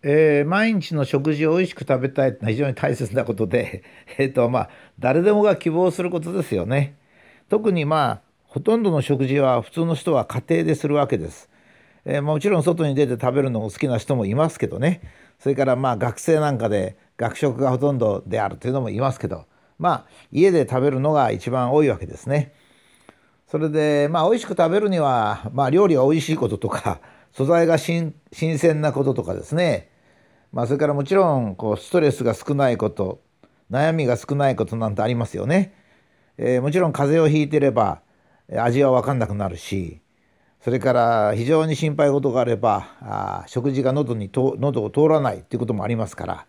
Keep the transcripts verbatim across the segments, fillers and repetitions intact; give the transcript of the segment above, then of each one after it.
えー毎日の食事を美味しく食べたいってのは非常に大切なことで、えっとまあ、誰でもが希望することですよね。特にまあ、ほとんどの食事は普通の人は家庭でするわけです。えーもちろん外に出て食べるのを好きな人もいますけどね。それからまあ学生なんかで学食がほとんどであるというのもいますけど、まあ家で食べるのが一番多いわけですね。それでまあ美味しく食べるには、まあ、料理が美味しいこととか素材が新新鮮なこととかですね。まあ、それからもちろんこうストレスが少ないこと、悩みが少ないことなんてありますよね。えーもちろん風邪をひいてればえー味は分かんなくなるし、それから非常に心配事があればあー食事が喉にと喉を通らないっていうこともありますから、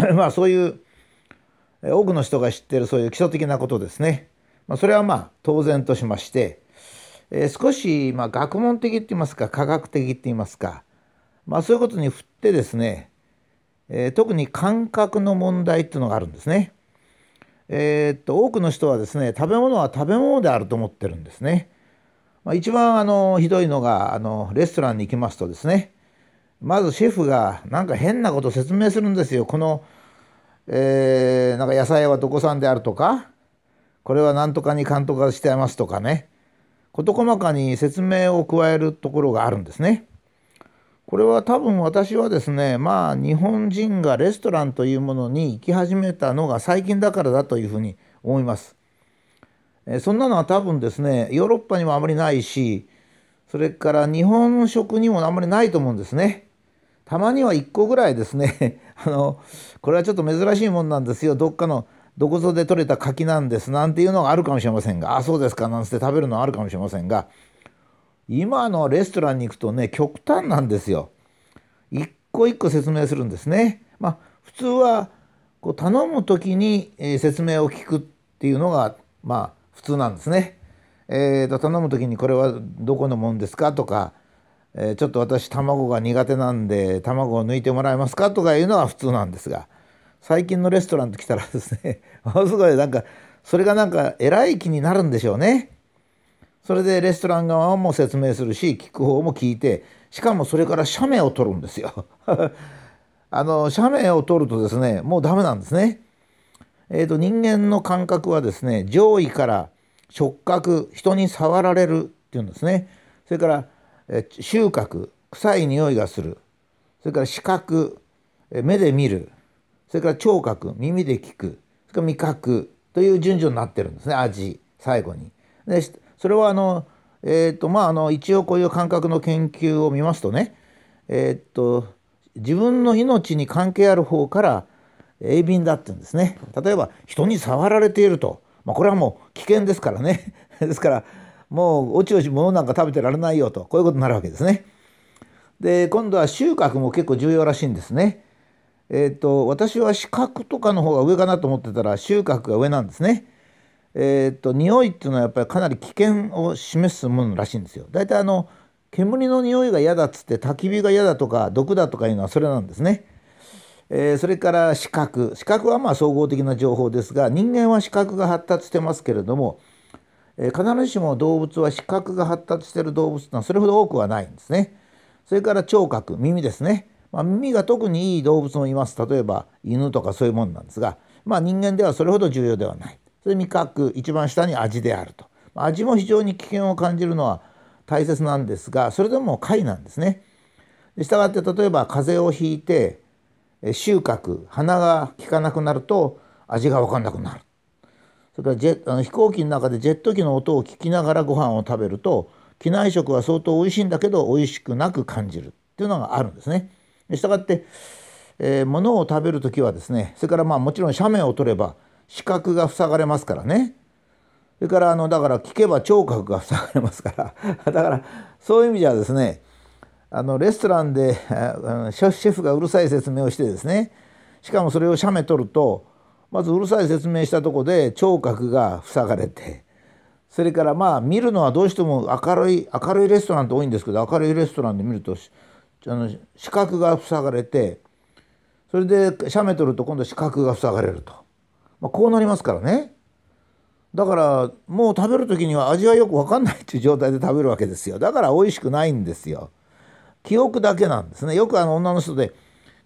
まあそういうえー多くの人が知っているそういう基礎的なことですね。まあ、それはまあ当然としまして、えー少しまあ学問的って言いますか科学的って言いますか、まあ、そういうことに振ってですね、えー特に感覚の問題っていうのがあるんですね。えーっと多くの人はですね食べ物は食べ物であると思ってるんですね。まあ、一番あのひどいのがあのレストランに行きますとですね、まずシェフがなんか変なことを説明するんですよ。この、えーなんか野菜はどこ産であるとか、これは何とかに監督してあますとかね、事細かに説明を加えるところがあるんですね。これは多分私はですね、まあ日本人がレストランというものに行き始めたのが最近だからだというふうに思います。えーそんなのは多分ですね、ヨーロッパにもあまりないし、それから日本食にもあんまりないと思うんですね。たまにはいっこぐらいですね、あの、これはちょっと珍しいもんなんですよ。どっかのどこぞで取れた柿なんですなんていうのがあるかもしれませんが、あ、そうですかなんつって食べるのはあるかもしれませんが、今のレストランに行くとね、極端なんですよ。一個一個説明するんですね。まあ普通はこう頼む時に、えー説明を聞くっていうのがまあ普通なんですね。えーと頼む時にこれはどこのもんですかとか、えーちょっと私卵が苦手なんで卵を抜いてもらえますかとかいうのは普通なんですが、最近のレストランと来たらですね、ものすごいなんかそれがなんか偉い気になるんでしょうね。それでレストラン側も説明するし聞く方も聞いて、しかもそれから写メを撮るんですよ。あの写メを撮るとですねもうダメなんですね。えーと人間の感覚はですね、上位から触覚、人に触られるっていうんですね。それからえー収穫、臭い匂いがする。それから視覚、えー目で見る。それから聴覚、耳で聞く。それから味覚という順序になってるんですね。味、最後に。で、それはあの、えっと、まあ、あの、一応こういう感覚の研究を見ますとね、えっと、自分の命に関係ある方から鋭敏だって言うんですね。例えば、人に触られていると。まあ、これはもう危険ですからね。ですから、もうおちおち物なんか食べてられないよと、こういうことになるわけですね。で、今度は収穫も結構重要らしいんですね。えっと、私は視覚とかの方が上かなと思ってたら収穫が上なんですね。えっと、匂いっていうのはやっぱりかなり危険を示すものらしいんですよ。大体あの、煙の匂いが嫌だっつって焚き火が嫌だとか毒だとかいうのはそれなんですね。えーそれから視覚。視覚はまあ総合的な情報ですが、人間は視覚が発達してますけれども、えー必ずしも動物は視覚が発達している動物というのはそれほど多くはないんですね。それから聴覚、耳ですね。まあ、耳が特にいい動物もいます。例えば犬とかそういうものなんですが、まあ、人間ではそれほど重要ではない。それで味覚、一番下に味であると。まあ味も非常に危険を感じるのは大切なんですが、それでも快なんですね。したがって例えば風邪をひいてえ収穫、鼻が効かなくなると味が分かんなくなる。それからジェあの飛行機の中でジェット機の音を聞きながらご飯を食べると機内食は相当美味しいんだけど美味しくなく感じるっていうのがあるんですね。したがって、えー物を食べるときはですね、それからまあもちろん写メを撮れば視覚が塞がれますからね。それからあのだから聞けば聴覚が塞がれますからだからそういう意味じゃですね、あのレストランであのシェフシェフがうるさい説明をしてですね、しかもそれを写メ撮るとまずうるさい説明したとこで聴覚が塞がれて、それからまあ見るのはどうしても明るい明るいレストランって多いんですけど、明るいレストランで見るとしあの視覚が塞がれて、それで写メ撮ると今度視覚が塞がれると、まあ、こうなりますからね。だからもう食べる時には味はよく分かんないっていう状態で食べるわけですよ。だから美味しくないんですよ。記憶だけなんですね。よくあの女の人で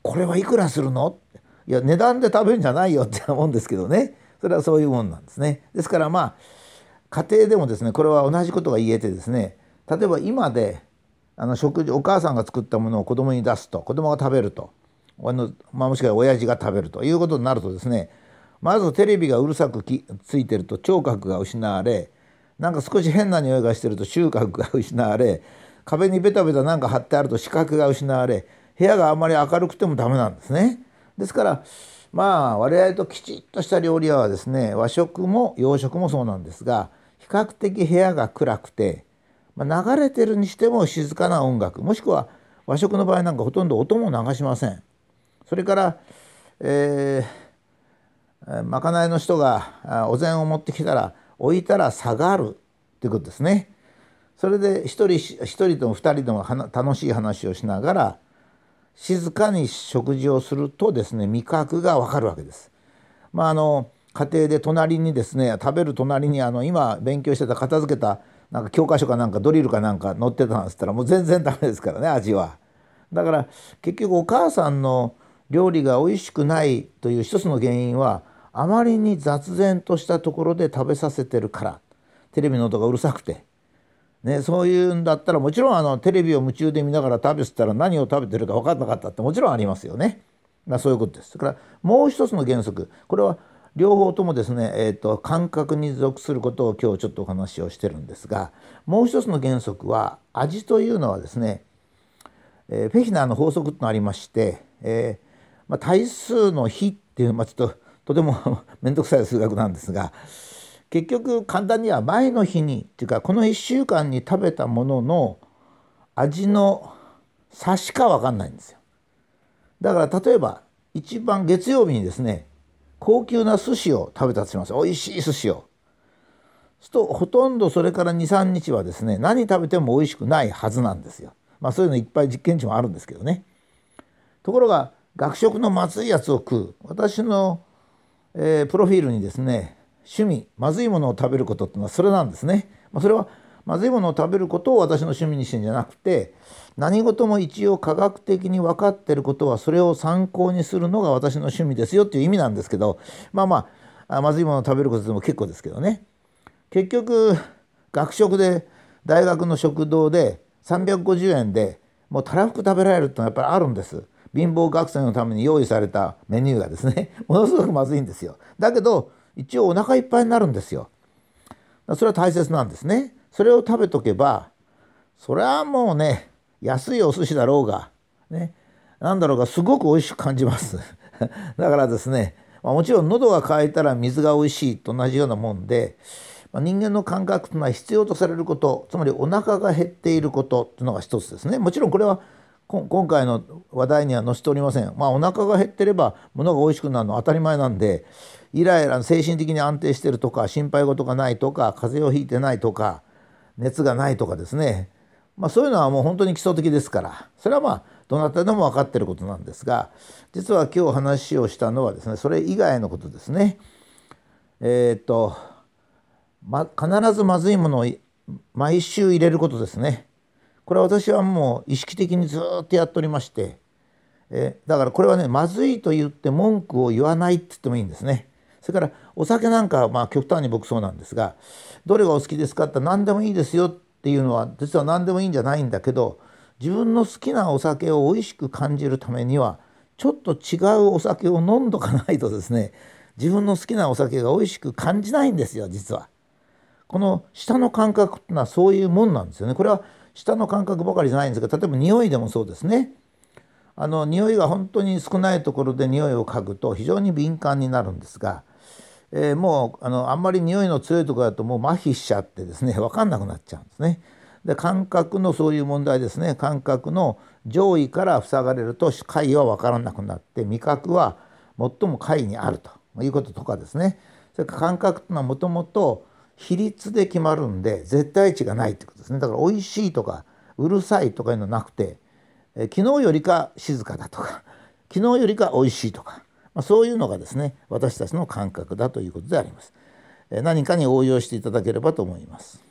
これはいくらするの？いや値段で食べるんじゃないよって思うんですけどね。それはそういうもんなんですね。ですからまあ家庭でもですねこれは同じことが言えてですね、例えば今であの食事お母さんが作ったものを子供に出すと、子供が食べると、あの、まあ、もしくは親父が食べるということになるとですね、まずテレビがうるさくきついてると聴覚が失われ、なんか少し変な匂いがしてると嗅覚が失われ、壁にベタベタなんか貼ってあると視覚が失われ、部屋があんまり明るくてもダメなんですね。ですからまあ我々ときちっとした料理屋はですね、和食も洋食もそうなんですが、比較的部屋が暗くて、まあ、流れてるにしても静かな音楽、もしくは和食の場合なんかほとんど音も流しません。それから、えー、まかないの人がお膳を持ってきたら置いたら下がるということですね。それで一人一人とも二人とも楽しい話をしながら静かに食事をするとですね、味覚がわかるわけです。まああの家庭で隣にですね、食べる隣にあの今勉強してた片付けたなんか教科書かなんかドリルかなんか載ってたんですったらもう全然ダメですからね、味は。だから結局お母さんの料理が美味しくないという一つの原因はあまりに雑然としたところで食べさせてるから。テレビの音がうるさくてね、そういうんだったらもちろんあのテレビを夢中で見ながら食べてたら何を食べてるか分からなかったってもちろんありますよね。まあ、そういうことです。それからもう一つの原則、これは両方ともですね、えーと、感覚に属することを今日ちょっとお話をしてるんですが、もう一つの原則は味というのはですね、えー、フェヒナーの法則ってのがありまして、えーまあ、対数の比っていう、まあ、ちょっととても面倒くさい数学なんですが、結局簡単には前の日にっていうかこのいっしゅうかんに食べたものの味の差しか分かんないんですよ。だから例えば一番月曜日にですね高級な寿司を食べたとします。おいしい寿司を。そうするとほとんどそれからにさんにちはですね何食べてもおいしくないはずなんですよ。まあそういうのいっぱい実験値もあるんですけどね。ところが学食のまずいやつを食う私の、えー、プロフィールにですね、趣味まずいものを食べることっていうのはそれなんですね。まあ、それはまずいものを食べることを私の趣味にしてるんじゃなくて、何事も一応科学的に分かっていることはそれを参考にするのが私の趣味ですよっていう意味なんですけど、まあまあまずいものを食べることでも結構ですけどね。結局学食で大学の食堂でさんびゃくごじゅうえんでもうたらふく食べられるってのはやっぱりあるんです。貧乏学生のために用意されたメニューがですねものすごくまずいんですよ。だけど一応お腹いっぱいになるんですよ。それは大切なんですね。それを食べとけばそれはもうね安いお寿司だろうがねなんだろうがすごく美味しく感じますだからですね、まあ、もちろん喉が渇いたら水が美味しいと同じようなもんで、まあ、人間の感覚というのは必要とされること、つまりお腹が減っていることというのが一つですね。もちろんこれは今回の話題には載せておりません。まあお腹が減ってれば物が美味しくなるのは当たり前なんで、イライラ精神的に安定してるとか心配事がないとか風邪をひいてないとか熱がないとかですね、まあ、そういうのはもう本当に基礎的ですから、それはまあどなたでも分かっていることなんですが、実は今日話をしたのはですねそれ以外のことですね。えっと、ま、必ずまずいものを毎週入れることですね。これは私はもう意識的にずっとやっておりまして、えだからこれはねまずいと言って文句を言わないって言ってもいいんですね。それからお酒なんかはまあ極端に僕そうなんですが、どれがお好きですかって何でもいいですよっていうのは実は何でもいいんじゃないんだけど、自分の好きなお酒を美味しく感じるためにはちょっと違うお酒を飲んどかないとですね、自分の好きなお酒が美味しく感じないんですよ実は。この舌の感覚っていうのはそういうもんなんですよね。これは舌の感覚ばかりじゃないんですが、例えば匂いでもそうですね。あの匂いが本当に少ないところで匂いを嗅ぐと非常に敏感になるんですが、えー、もうあのあんまり匂いの強いところだともう麻痺しちゃってですね分かんなくなっちゃうんですね。で感覚のそういう問題ですね。感覚の上位から塞がれると快は分からなくなって味覚は最も快にあるということとかですね。それから感覚というのはもともと比率で決まるんで絶対値がないってことですね。だから美味しいとかうるさいとかいうのなくて、え昨日よりか静かだとか昨日よりか美味しいとか、まあ、そういうのがですね私たちの感覚だということであります。え何かに応用していただければと思います。